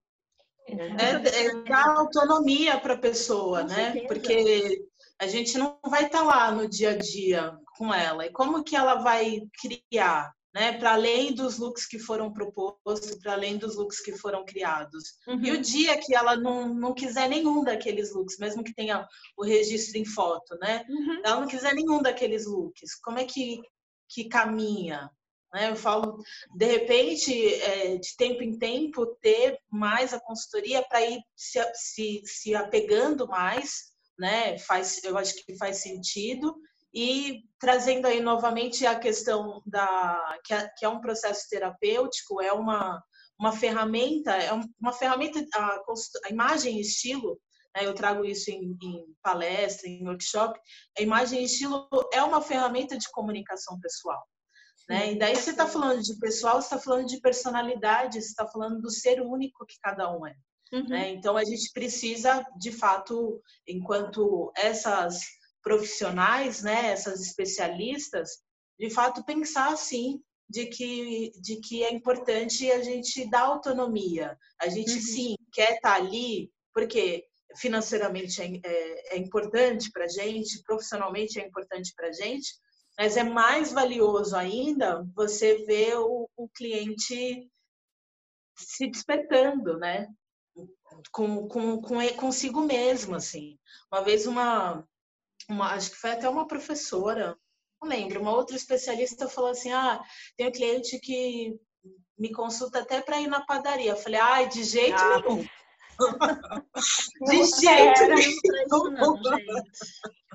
Dar autonomia para a pessoa, né? certeza. Porque a gente não vai estar lá no dia a dia com ela. E como que ela vai criar, né? Para além dos looks que foram propostos, para além dos looks que foram criados. Uhum. E o dia que ela não quiser nenhum daqueles looks, mesmo que tenha o registro em foto, né? Uhum. Ela não quiser nenhum daqueles looks, como é que caminha? Eu falo, de repente, de tempo em tempo, ter mais a consultoria para ir se apegando mais, né? Eu acho que faz sentido. E trazendo aí novamente a questão que é um processo terapêutico, é uma ferramenta, a imagem e estilo, né? Eu trago isso em palestra, em workshop, a imagem e estilo é uma ferramenta de comunicação pessoal. Né? E daí você está falando de pessoal, você está falando de personalidade, você está falando do ser único que cada um é. Uhum. Né? Então a gente precisa, de fato, enquanto essas profissionais, né, essas especialistas, de fato pensar assim, de que é importante a gente dar autonomia. A gente sim quer estar ali, porque financeiramente é importante para a gente, profissionalmente é importante para a gente, mas é mais valioso ainda você ver o cliente se despertando, né? Consigo mesmo, assim. Uma vez acho que foi até uma professora, não lembro, uma outra especialista falou assim, tem um cliente que me consulta até para ir na padaria. Eu falei, de jeito nenhum. De jeito nenhum. Não, gente.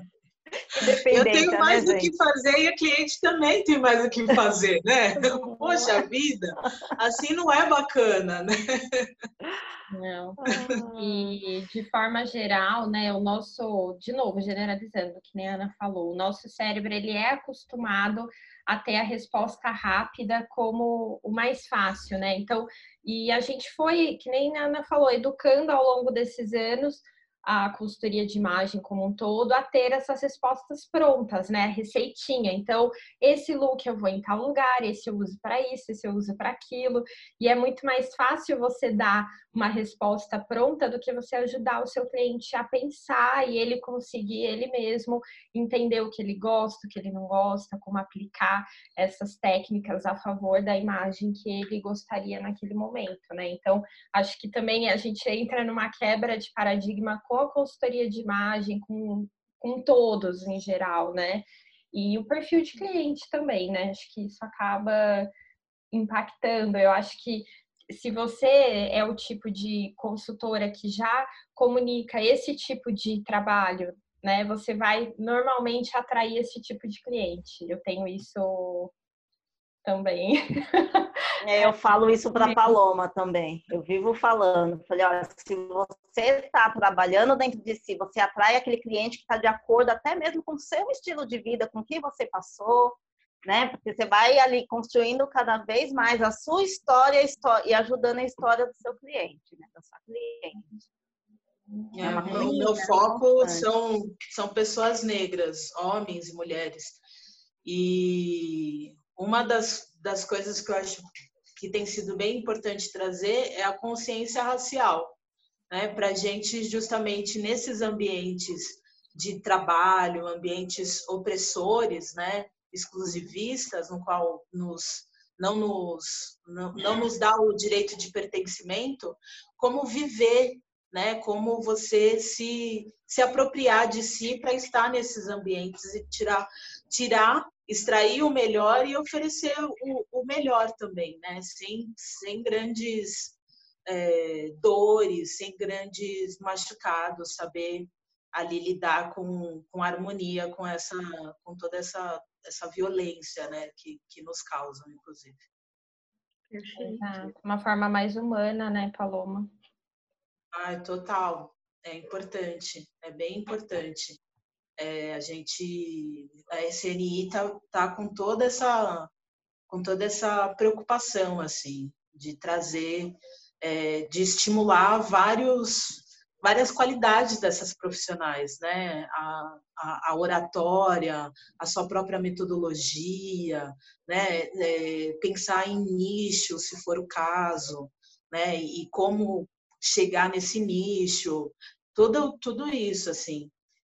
Eu tenho Independência, mais né, o que gente? fazer e a cliente também tem mais o que fazer, né? Poxa vida, assim não é bacana, né? Não. Ah, E de forma geral, né, o nosso, de novo, generalizando, que nem a Ana falou, o nosso cérebro ele é acostumado a ter a resposta rápida como o mais fácil, né? Então, e a gente foi, que nem a Ana falou, educando ao longo desses anos a consultoria de imagem como um todo a ter essas respostas prontas, né? Receitinha. Então, esse look eu vou em tal lugar, esse eu uso para isso, esse eu uso para aquilo, e é muito mais fácil você dar uma resposta pronta do que você ajudar o seu cliente a pensar e ele conseguir ele mesmo entender o que ele gosta, o que ele não gosta, como aplicar essas técnicas a favor da imagem que ele gostaria naquele momento, né? Então, acho que também a gente entra numa quebra de paradigma com a consultoria de imagem, com todos em geral, né? E o perfil de cliente também, né? Acho que isso acaba impactando. Eu acho que se você é o tipo de consultora que já comunica esse tipo de trabalho, né, você vai normalmente atrair esse tipo de cliente. Eu tenho isso também. eu falo isso para a Paloma também. Eu vivo falando. Falei, olha, se você está trabalhando dentro de si, você atrai aquele cliente que está de acordo até mesmo com o seu estilo de vida, com o que você passou, né? Porque você vai ali construindo cada vez mais a sua história e ajudando a história do seu cliente, né? Da sua cliente. É uma coisa O meu foco importante. são pessoas negras, homens e mulheres. E uma das coisas que eu acho que tem sido bem importante trazer é a consciência racial, né? Para a gente, justamente nesses ambientes de trabalho, ambientes opressores, né? Exclusivistas, no qual não nos dá o direito de pertencimento, como viver, né? Como você se apropriar de si para estar nesses ambientes e extrair o melhor e oferecer o melhor também, né? Sem grandes dores, sem grandes machucados, saber ali lidar com harmonia, com toda essa violência, né? Que nos causam, inclusive. Exato. Uma forma mais humana, né, Paloma? Total. É importante, é bem importante. A SNI tá com toda essa preocupação, assim, de trazer, de estimular várias qualidades dessas profissionais, né? A oratória, a sua própria metodologia, né? Pensar em nicho, se for o caso, né? E como chegar nesse nicho, tudo isso, assim,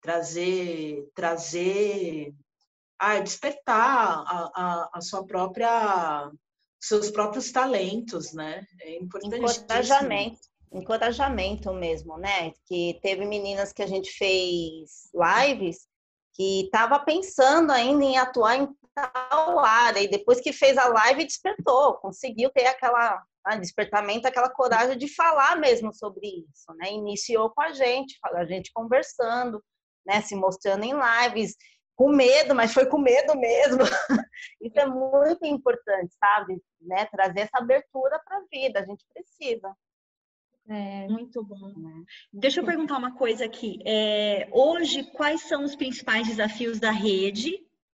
despertar a sua seus próprios talentos, né? É importantíssimo. Encorajamento mesmo, né? Que teve meninas que a gente fez lives que estava pensando ainda em atuar em tal área, e depois que fez a live despertou, conseguiu ter aquela despertamento, aquela coragem de falar mesmo sobre isso, né? Iniciou com a gente conversando, né? Se mostrando em lives, com medo, mas foi com medo mesmo. Isso é muito importante, sabe? Né? Trazer essa abertura para a vida, a gente precisa. Muito bom. Deixa eu perguntar uma coisa aqui. Hoje, quais são os principais desafios da rede,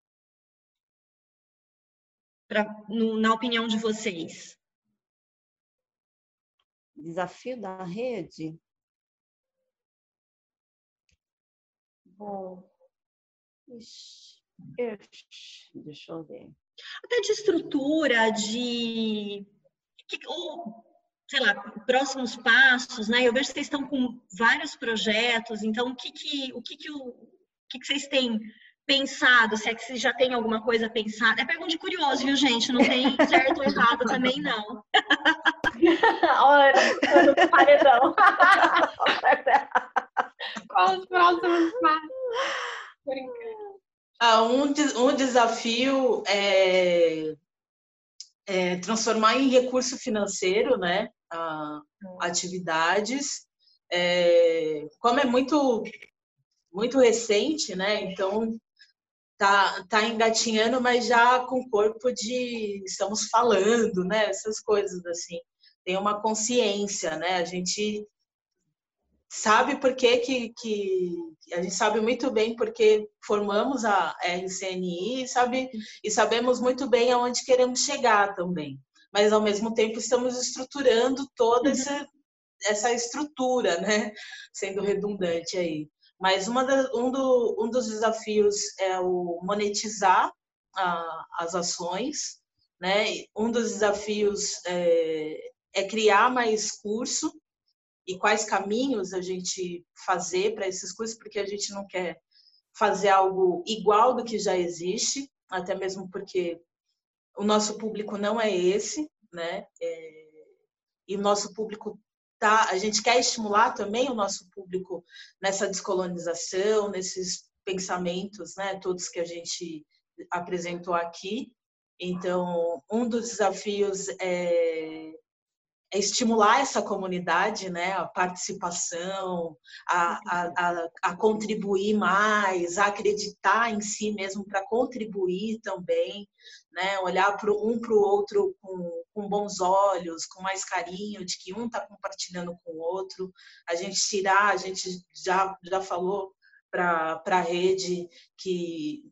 na opinião de vocês? Desafio da rede? Bom, deixa eu ver. Até de estrutura, sei lá, próximos passos, né? Eu vejo que vocês estão com vários projetos, então o que vocês têm pensado? Se é que vocês já têm alguma coisa pensada? É pergunta de curioso, viu, gente? Não tem certo ou errado também, não. olha, no paredão. Qual os próximos passos? Um desafio é transformar em recurso financeiro, né? Atividades. Como é muito muito recente, né? Então tá engatinhando, mas já com corpo de estamos falando, né? Essas coisas assim. Tem uma consciência, né? A gente sabe por que a gente sabe muito bem porque formamos a RCNI e sabemos muito bem aonde queremos chegar também. Mas ao mesmo tempo estamos estruturando toda essa estrutura, né? Sendo redundante aí. Mas um dos desafios é o monetizar as ações, né? Um dos desafios é criar mais curso e quais caminhos a gente fazer para esses cursos, porque a gente não quer fazer algo igual do que já existe, até mesmo porque o nosso público não é esse, né? E o nosso público a gente quer estimular também o nosso público nessa descolonização, nesses pensamentos, né, todos que a gente apresentou aqui. Então, um dos desafios é estimular essa comunidade, né, a participação, a contribuir mais, a acreditar em si mesmo para contribuir também, né, olhar um para o outro com bons olhos, com mais carinho, de que um está compartilhando com o outro. A gente já falou para a rede que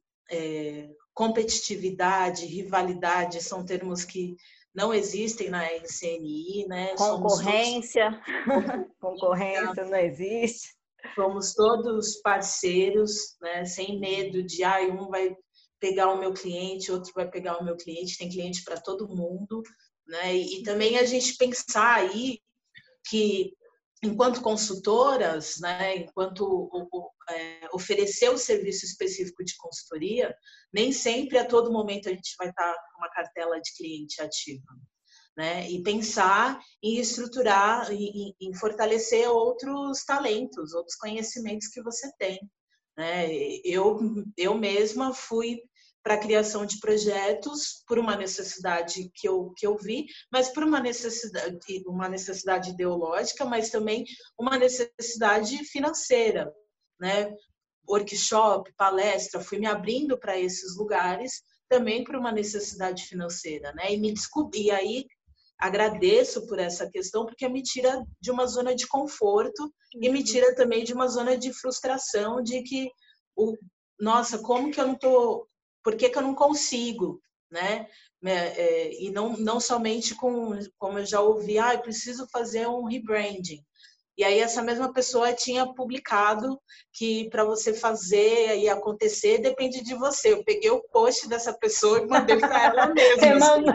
competitividade, rivalidade são termos que não existem na RCNI, né? Concorrência, concorrência não existe. Somos todos parceiros, né? Sem medo de um vai pegar o meu cliente, outro vai pegar o meu cliente, tem cliente para todo mundo, né? E também a gente pensar aí que enquanto consultoras, né, enquanto oferecer o serviço específico de consultoria, nem sempre a todo momento a gente vai estar com uma cartela de cliente ativa, né? E pensar em estruturar, em fortalecer outros talentos, outros conhecimentos que você tem, né? Eu mesma fui para a criação de projetos por uma necessidade que eu vi, mas por uma necessidade ideológica, mas também uma necessidade financeira, né? Workshop, palestra, fui me abrindo para esses lugares também por uma necessidade financeira, né? E me descobri, e aí agradeço por essa questão, porque me tira de uma zona de conforto e me tira também de uma zona de frustração de que, nossa, como que eu não tô, por que eu não consigo, né? E não somente como eu já ouvi, eu preciso fazer um rebranding. E aí essa mesma pessoa tinha publicado que para você fazer e acontecer depende de você. Eu peguei o post dessa pessoa e mandei para ela mesma.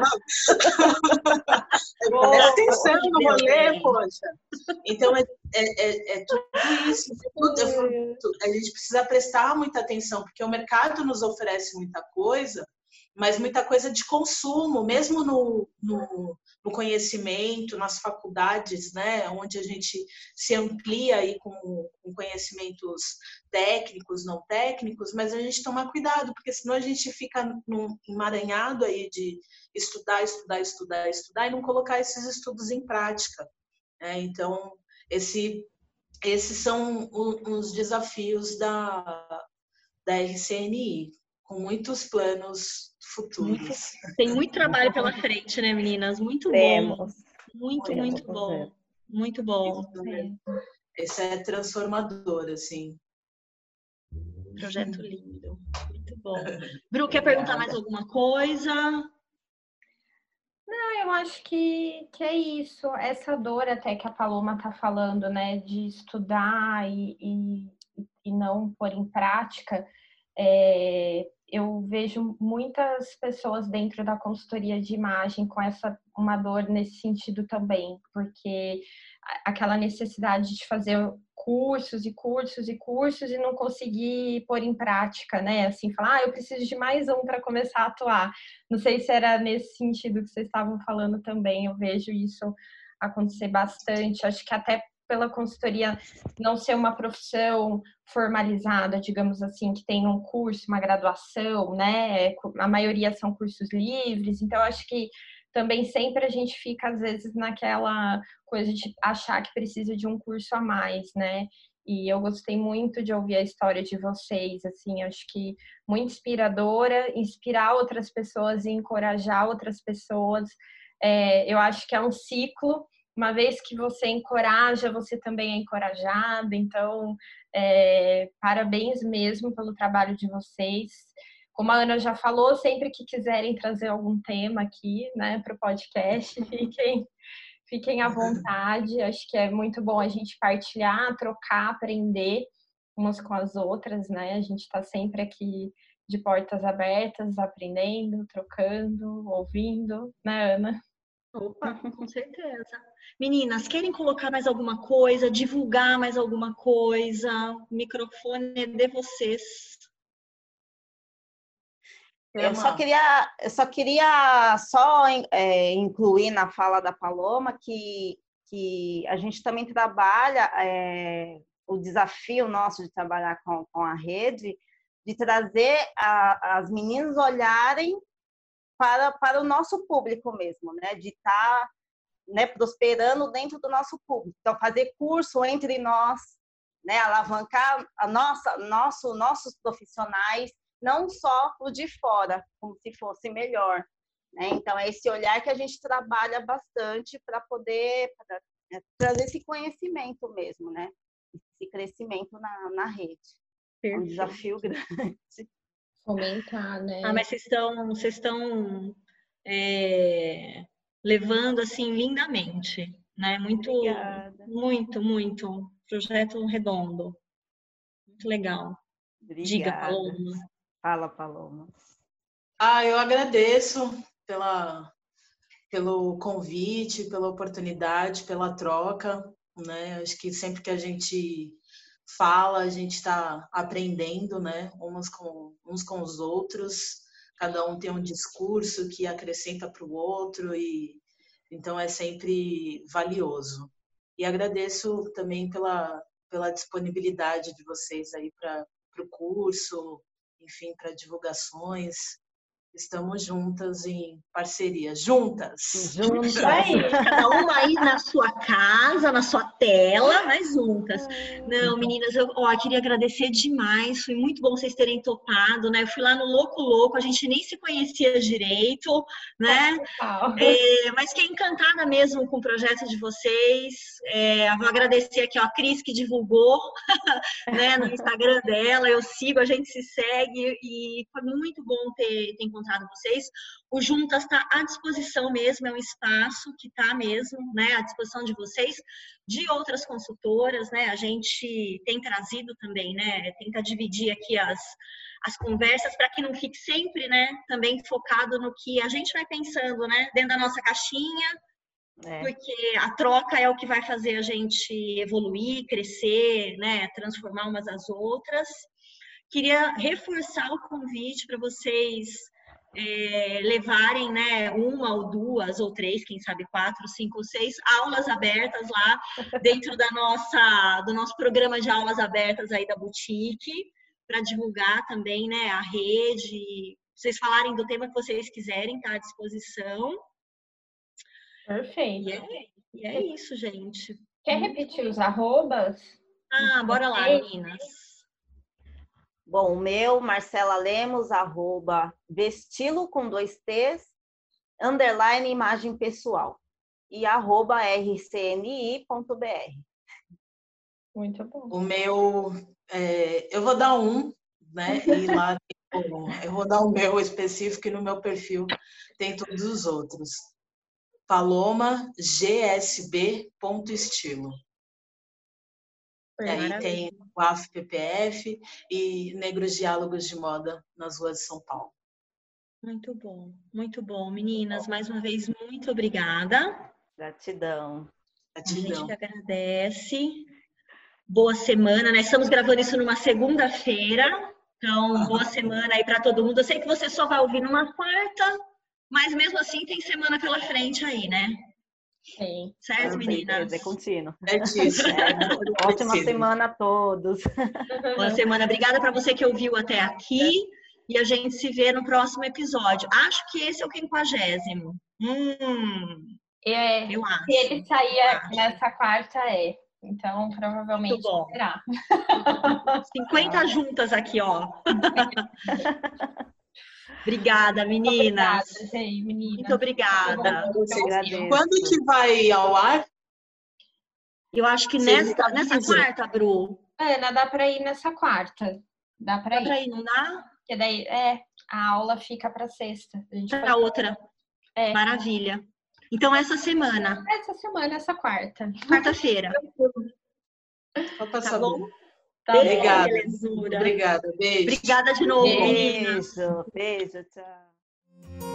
Presta atenção no rolê, poxa. Então é tudo isso. A gente precisa prestar muita atenção, porque o mercado nos oferece muita coisa, mas muita coisa de consumo, mesmo no conhecimento, nas faculdades, né, onde a gente se amplia aí com conhecimentos técnicos, não técnicos, mas a gente tomar cuidado, porque senão a gente fica num emaranhado aí de estudar e não colocar esses estudos em prática, né? Então, esses são os desafios da RCNI, com muitos planos futuros. Tem muito trabalho pela frente, né, meninas? Muito bom. Muito bom. Muito bom. Esse é transformador, assim. Projeto lindo. Muito bom. Bru, quer perguntar mais alguma coisa? Não, eu acho que é isso. Essa dor até que a Paloma está falando, né, de estudar e não pôr em prática, eu vejo muitas pessoas dentro da consultoria de imagem com uma dor nesse sentido também, porque aquela necessidade de fazer cursos e não conseguir pôr em prática, né? Assim, falar, eu preciso de mais um para começar a atuar. Não sei se era nesse sentido que vocês estavam falando também, eu vejo isso acontecer bastante. Acho que até pela consultoria não ser uma profissão formalizada, digamos assim, que tem um curso, uma graduação, né? A maioria são cursos livres, então acho que também sempre a gente fica, às vezes, naquela coisa de achar que precisa de um curso a mais, né? E eu gostei muito de ouvir a história de vocês, assim, acho que muito inspiradora, inspirar outras pessoas e encorajar outras pessoas. Eu acho que é um ciclo, uma vez que você encoraja, você também é encorajado. Então, parabéns mesmo pelo trabalho de vocês. Como a Ana já falou, sempre que quiserem trazer algum tema aqui, né, para o podcast, fiquem à vontade. Acho que é muito bom a gente partilhar, trocar, aprender umas com as outras, né? A gente está sempre aqui de portas abertas, aprendendo, trocando, ouvindo, né, Ana? Opa, com certeza. Meninas, querem colocar mais alguma coisa, divulgar mais alguma coisa? O microfone é de vocês. Eu só queria incluir na fala da Paloma que a gente também trabalha o desafio nosso de trabalhar com a rede, de trazer as meninas olharem para o nosso público mesmo, né? De estar, né, prosperando dentro do nosso público. Então, fazer curso entre nós, né? Alavancar nossos profissionais, não só o de fora, como se fosse melhor, né? Então, é esse olhar que a gente trabalha bastante para poder trazer esse conhecimento mesmo, né? Esse crescimento na rede. É um desafio grande. Fomentar, né? Mas vocês estão levando assim lindamente, né? Muito, Obrigada. muito projeto redondo, muito legal. Obrigada. Diga, Paloma. Fala, Paloma. Eu agradeço pelo convite, pela oportunidade, pela troca, né? Acho que sempre que a gente fala, a gente está aprendendo, né? Uns com os outros. Cada um tem um discurso que acrescenta para o outro e então é sempre valioso. E agradeço também pela disponibilidade de vocês aí para o curso, enfim, para divulgações. Estamos juntas em parceria. Juntas! Isso aí, cada uma aí na sua casa, na sua tela, mas juntas. Não, meninas, eu queria agradecer demais, foi muito bom vocês terem topado, né? Eu fui lá no Louco, a gente nem se conhecia direito, né? Mas fiquei encantada mesmo com o projeto de vocês. Vou agradecer aqui a Cris, que divulgou né, no Instagram dela, eu sigo, a gente se segue e foi muito bom ter encontrado vocês. O Juntas está à disposição mesmo, é um espaço que está mesmo, né, à disposição de vocês, de outras consultoras, né, a gente tem trazido também, né, tenta dividir aqui as conversas para que não fique sempre, né, também focado no que a gente vai pensando, né, dentro da nossa caixinha, porque a troca é o que vai fazer a gente evoluir, crescer, né, transformar umas às outras. Queria reforçar o convite para vocês levarem, né, uma ou duas ou três, quem sabe 4, 5 ou 6 aulas abertas lá dentro do nosso programa de aulas abertas aí da Boutique, para divulgar também, né, a rede. Vocês falarem do tema que vocês quiserem, tá à disposição. Perfeito. E é isso, gente. Quer repetir os arrobas? Bora lá, meninas. Bom, o meu, Marcela Lemos, @vestilo com 2 T's, _ imagem pessoal e @rcni.br. Muito bom. O meu, eu vou dar né? E lá eu vou dar o meu específico e no meu perfil tem todos os outros. PalomaGSB.estilo. E aí tem o AFPPF e Negros Diálogos de Moda nas ruas de São Paulo. Muito bom, meninas. Mais uma vez, muito obrigada. Gratidão. A gente que agradece. Boa semana, né? Estamos gravando isso numa segunda-feira, então boa semana aí para todo mundo. Eu sei que você só vai ouvir numa quarta, mas mesmo assim tem semana pela frente aí, né? Sim. Certo, meninas? É contínuo. É disso. Ótima semana a todos. Boa semana. Obrigada para você que ouviu até aqui. E a gente se vê no próximo episódio. Acho que esse é o 50º. Eu acho. Se ele sair nessa quarta, Então, provavelmente será. 50 juntas aqui, ó. Obrigada, meninas. Obrigada, menina. Muito obrigada. Quando que vai ao ar? Eu acho que nessa quarta, Bru. Ana, dá para ir nessa quarta. Dá para ir, não dá? Porque daí, a aula fica para sexta. Para outra. Maravilha. Então, essa semana. Essa quarta. Quarta-feira. Tá bom? Tá, obrigada. Belezura. Obrigada. Beijo. Obrigada de novo, meninas. Beijo, tchau.